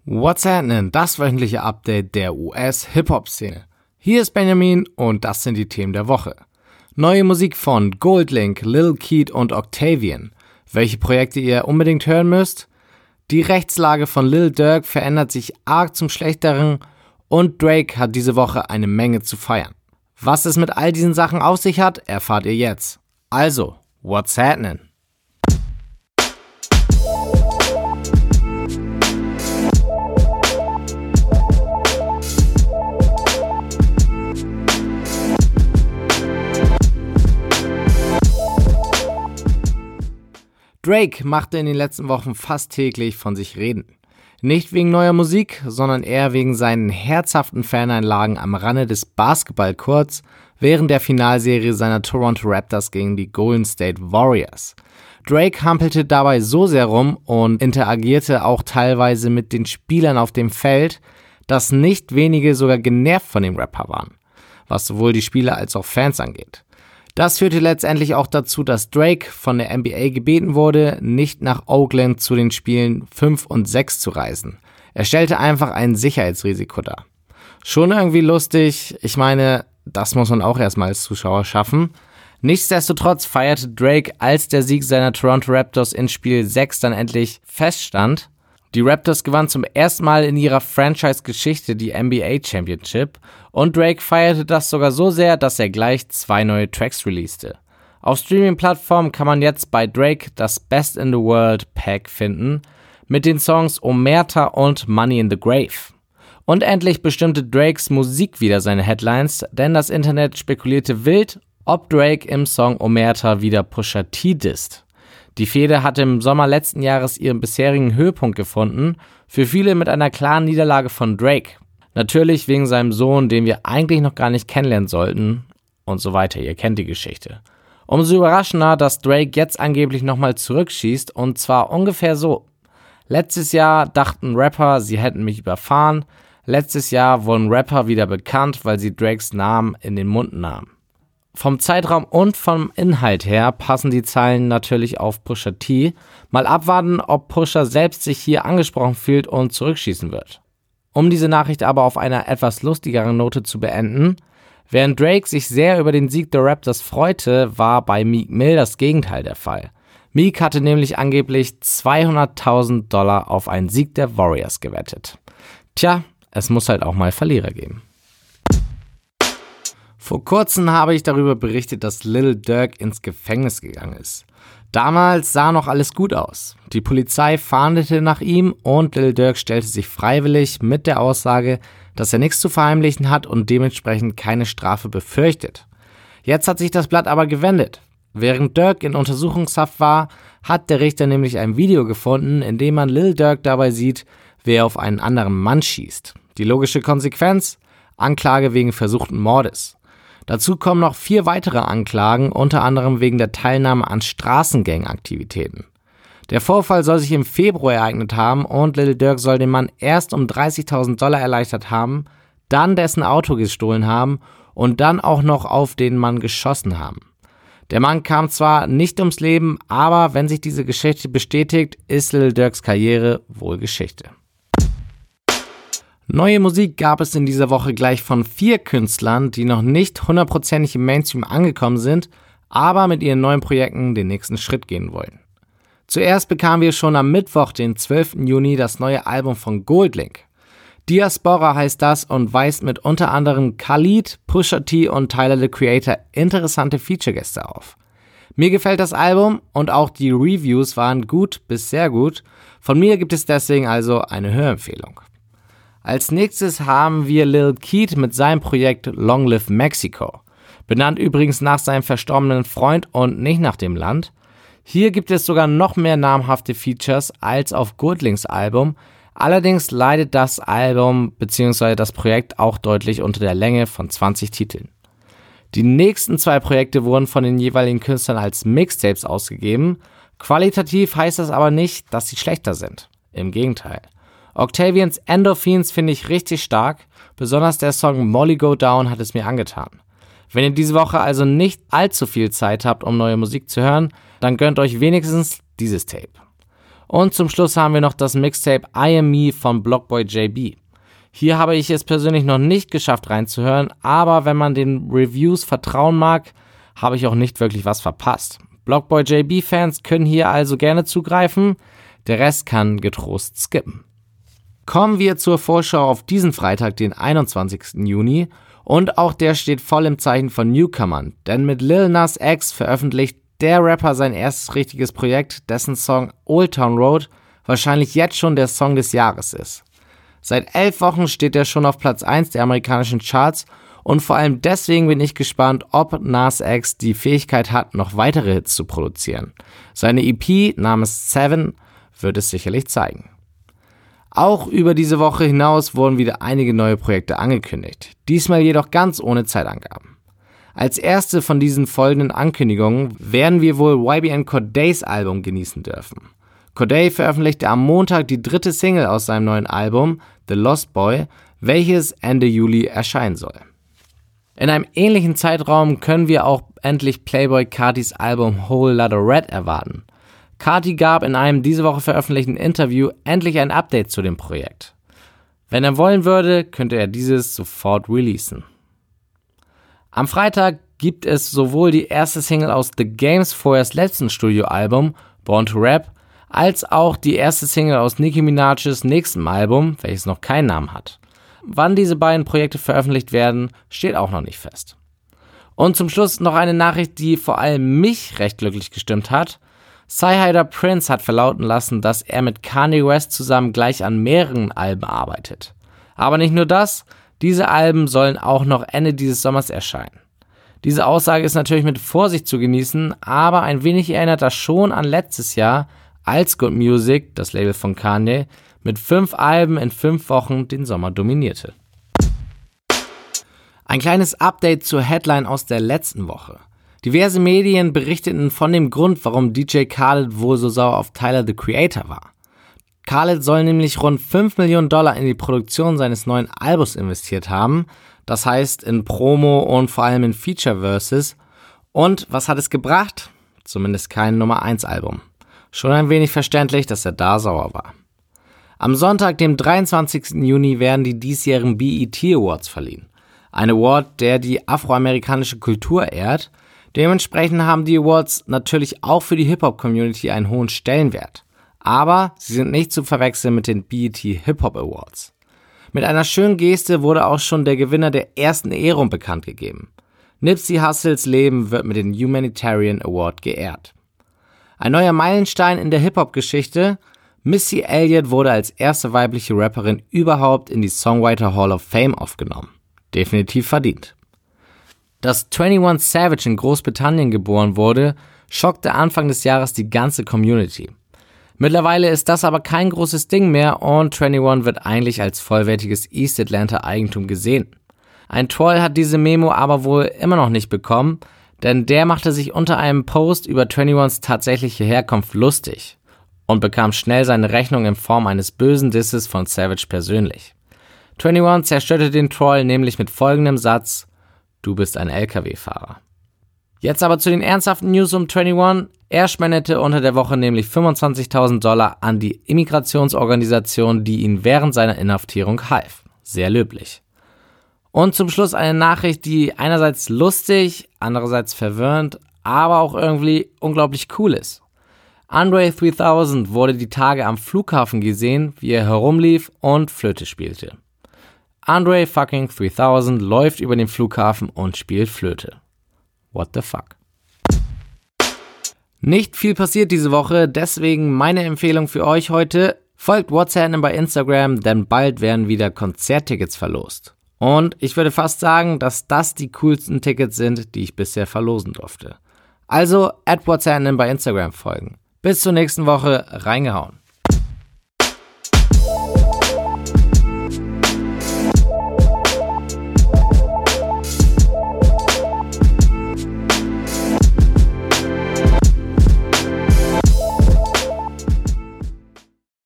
What's happening? Das wöchentliche Update der US-Hip-Hop-Szene. Hier ist Benjamin und das sind die Themen der Woche. Neue Musik von Goldlink, Lil Keat und Octavian. Welche Projekte ihr unbedingt hören müsst? Die Rechtslage von Lil Durk verändert sich arg zum Schlechteren und Drake hat diese Woche eine Menge zu feiern. Was es mit all diesen Sachen auf sich hat, erfahrt ihr jetzt. Also, what's happening? Drake machte in den letzten Wochen fast täglich von sich reden. Nicht wegen neuer Musik, sondern eher wegen seinen herzhaften Faneinlagen am Rande des Basketballcourts während der Finalserie seiner Toronto Raptors gegen die Golden State Warriors. Drake hampelte dabei so sehr rum und interagierte auch teilweise mit den Spielern auf dem Feld, dass nicht wenige sogar genervt von dem Rapper waren, was sowohl die Spieler als auch Fans angeht. Das führte letztendlich auch dazu, dass Drake von der NBA gebeten wurde, nicht nach Oakland zu den Spielen 5 und 6 zu reisen. Er stellte einfach ein Sicherheitsrisiko dar. Schon irgendwie lustig, ich meine, das muss man auch erstmal als Zuschauer schaffen. Nichtsdestotrotz feierte Drake, als der Sieg seiner Toronto Raptors in Spiel 6 dann endlich feststand. Die Raptors gewannen zum ersten Mal in ihrer Franchise-Geschichte die NBA Championship und Drake feierte das sogar so sehr, dass er gleich 2 neue Tracks releaste. Auf Streaming-Plattformen kann man jetzt bei Drake das Best in the World Pack finden mit den Songs Omerta und Money in the Grave. Und endlich bestimmte Drakes Musik wieder seine Headlines, denn das Internet spekulierte wild, ob Drake im Song Omerta wieder Pusha T disst. Die Fehde hatte im Sommer letzten Jahres ihren bisherigen Höhepunkt gefunden, für viele mit einer klaren Niederlage von Drake. Natürlich wegen seinem Sohn, den wir eigentlich noch gar nicht kennenlernen sollten und so weiter, ihr kennt die Geschichte. Umso überraschender, dass Drake jetzt angeblich nochmal zurückschießt und zwar ungefähr so. Letztes Jahr dachten Rapper, sie hätten mich überfahren. Letztes Jahr wurden Rapper wieder bekannt, weil sie Drakes Namen in den Mund nahmen. Vom Zeitraum und vom Inhalt her passen die Zeilen natürlich auf Pusha T. Mal abwarten, ob Pusha selbst sich hier angesprochen fühlt und zurückschießen wird. Um diese Nachricht aber auf einer etwas lustigeren Note zu beenden, während Drake sich sehr über den Sieg der Raptors freute, war bei Meek Mill das Gegenteil der Fall. Meek hatte nämlich angeblich $200.000 auf einen Sieg der Warriors gewettet. Tja, es muss halt auch mal Verlierer geben. Vor kurzem habe ich darüber berichtet, dass Lil Durk ins Gefängnis gegangen ist. Damals sah noch alles gut aus. Die Polizei fahndete nach ihm und Lil Durk stellte sich freiwillig mit der Aussage, dass er nichts zu verheimlichen hat und dementsprechend keine Strafe befürchtet. Jetzt hat sich das Blatt aber gewendet. Während Durk in Untersuchungshaft war, hat der Richter nämlich ein Video gefunden, in dem man Lil Durk dabei sieht, wie er auf einen anderen Mann schießt. Die logische Konsequenz? Anklage wegen versuchten Mordes. Dazu kommen noch 4 weitere Anklagen, unter anderem wegen der Teilnahme an Straßengang-Aktivitäten. Der Vorfall soll sich im Februar ereignet haben und Lil Durk soll den Mann erst um $30.000 erleichtert haben, dann dessen Auto gestohlen haben und dann auch noch auf den Mann geschossen haben. Der Mann kam zwar nicht ums Leben, aber wenn sich diese Geschichte bestätigt, ist Lil Durks Karriere wohl Geschichte. Neue Musik gab es in dieser Woche gleich von 4 Künstlern, die noch nicht 100% im Mainstream angekommen sind, aber mit ihren neuen Projekten den nächsten Schritt gehen wollen. Zuerst bekamen wir schon am Mittwoch, den 12. Juni, das neue Album von Goldlink. Diaspora heißt das und weist mit unter anderem Khalid, Pusha T und Tyler, the Creator interessante Feature-Gäste auf. Mir gefällt das Album und auch die Reviews waren gut bis sehr gut. Von mir gibt es deswegen also eine Hörempfehlung. Als nächstes haben wir Lil Keat mit seinem Projekt Long Live Mexico. Benannt übrigens nach seinem verstorbenen Freund und nicht nach dem Land. Hier gibt es sogar noch mehr namhafte Features als auf Goldlinks Album. Allerdings leidet das Album bzw. das Projekt auch deutlich unter der Länge von 20 Titeln. Die nächsten 2 Projekte wurden von den jeweiligen Künstlern als Mixtapes ausgegeben. Qualitativ heißt das aber nicht, dass sie schlechter sind. Im Gegenteil. Octavians Endorphins finde ich richtig stark, besonders der Song Molly Go Down hat es mir angetan. Wenn ihr diese Woche also nicht allzu viel Zeit habt, um neue Musik zu hören, dann gönnt euch wenigstens dieses Tape. Und zum Schluss haben wir noch das Mixtape I Am Me von Blockboy JB. Hier habe ich es persönlich noch nicht geschafft reinzuhören, aber wenn man den Reviews vertrauen mag, habe ich auch nicht wirklich was verpasst. Blockboy JB-Fans können hier also gerne zugreifen, der Rest kann getrost skippen. Kommen wir zur Vorschau auf diesen Freitag, den 21. Juni, und auch der steht voll im Zeichen von Newcomern, denn mit Lil Nas X veröffentlicht der Rapper sein erstes richtiges Projekt, dessen Song Old Town Road wahrscheinlich jetzt schon der Song des Jahres ist. Seit 11 Wochen steht er schon auf Platz 1 der amerikanischen Charts und vor allem deswegen bin ich gespannt, ob Nas X die Fähigkeit hat, noch weitere Hits zu produzieren. Seine EP namens Seven wird es sicherlich zeigen. Auch über diese Woche hinaus wurden wieder einige neue Projekte angekündigt, diesmal jedoch ganz ohne Zeitangaben. Als erste von diesen folgenden Ankündigungen werden wir wohl YBN Cordays Album genießen dürfen. Corday veröffentlichte am Montag die 3. Single aus seinem neuen Album, The Lost Boy, welches Ende Juli erscheinen soll. In einem ähnlichen Zeitraum können wir auch endlich Playboi Cartis Album Whole Lotta Red erwarten. Carti gab in einem diese Woche veröffentlichten Interview endlich ein Update zu dem Projekt. Wenn er wollen würde, könnte er dieses sofort releasen. Am Freitag gibt es sowohl die erste Single aus The Game's vorerst letzten Studioalbum, Born to Rap, als auch die erste Single aus Nicki Minaj's nächstem Album, welches noch keinen Namen hat. Wann diese beiden Projekte veröffentlicht werden, steht auch noch nicht fest. Und zum Schluss noch eine Nachricht, die vor allem mich recht glücklich gestimmt hat. Sci-Hider Prince hat verlauten lassen, dass er mit Kanye West zusammen gleich an mehreren Alben arbeitet. Aber nicht nur das, diese Alben sollen auch noch Ende dieses Sommers erscheinen. Diese Aussage ist natürlich mit Vorsicht zu genießen, aber ein wenig erinnert das schon an letztes Jahr, als Good Music, das Label von Kanye, mit 5 Alben in 5 Wochen den Sommer dominierte. Ein kleines Update zur Headline aus der letzten Woche. Diverse Medien berichteten von dem Grund, warum DJ Khaled wohl so sauer auf Tyler, the Creator war. Khaled soll nämlich rund $5 Millionen in die Produktion seines neuen Albums investiert haben, das heißt in Promo und vor allem in Feature-Verses. Und was hat es gebracht? Zumindest kein Nummer 1 Album. Schon ein wenig verständlich, dass er da sauer war. Am Sonntag, dem 23. Juni, werden die diesjährigen BET Awards verliehen. Ein Award, der die afroamerikanische Kultur ehrt. Dementsprechend haben die Awards natürlich auch für die Hip-Hop-Community einen hohen Stellenwert. Aber sie sind nicht zu verwechseln mit den BET Hip-Hop Awards. Mit einer schönen Geste wurde auch schon der Gewinner der ersten Ehrung bekannt gegeben. Nipsey Hussles Leben wird mit dem Humanitarian Award geehrt. Ein neuer Meilenstein in der Hip-Hop-Geschichte: Missy Elliott wurde als erste weibliche Rapperin überhaupt in die Songwriter Hall of Fame aufgenommen. Definitiv verdient. Dass 21 Savage in Großbritannien geboren wurde, schockte Anfang des Jahres die ganze Community. Mittlerweile ist das aber kein großes Ding mehr und 21 wird eigentlich als vollwertiges East Atlanta Eigentum gesehen. Ein Troll hat diese Memo aber wohl immer noch nicht bekommen, denn der machte sich unter einem Post über 21s tatsächliche Herkunft lustig und bekam schnell seine Rechnung in Form eines bösen Disses von Savage persönlich. 21 zerstörte den Troll nämlich mit folgendem Satz: Du bist ein LKW-Fahrer. Jetzt aber zu den ernsthaften News um 21. Er spendete unter der Woche nämlich $25.000 an die Immigrationsorganisation, die ihn während seiner Inhaftierung half. Sehr löblich. Und zum Schluss eine Nachricht, die einerseits lustig, andererseits verwirrend, aber auch irgendwie unglaublich cool ist. Andre 3000 wurde die Tage am Flughafen gesehen, wie er herumlief und Flöte spielte. Andre fucking 3000 läuft über den Flughafen und spielt Flöte. What the fuck? Nicht viel passiert diese Woche, deswegen meine Empfehlung für euch heute: folgt What's Happening bei Instagram, denn bald werden wieder Konzerttickets verlost. Und ich würde fast sagen, dass das die coolsten Tickets sind, die ich bisher verlosen durfte. Also @What's Happening bei Instagram folgen. Bis zur nächsten Woche, reingehauen.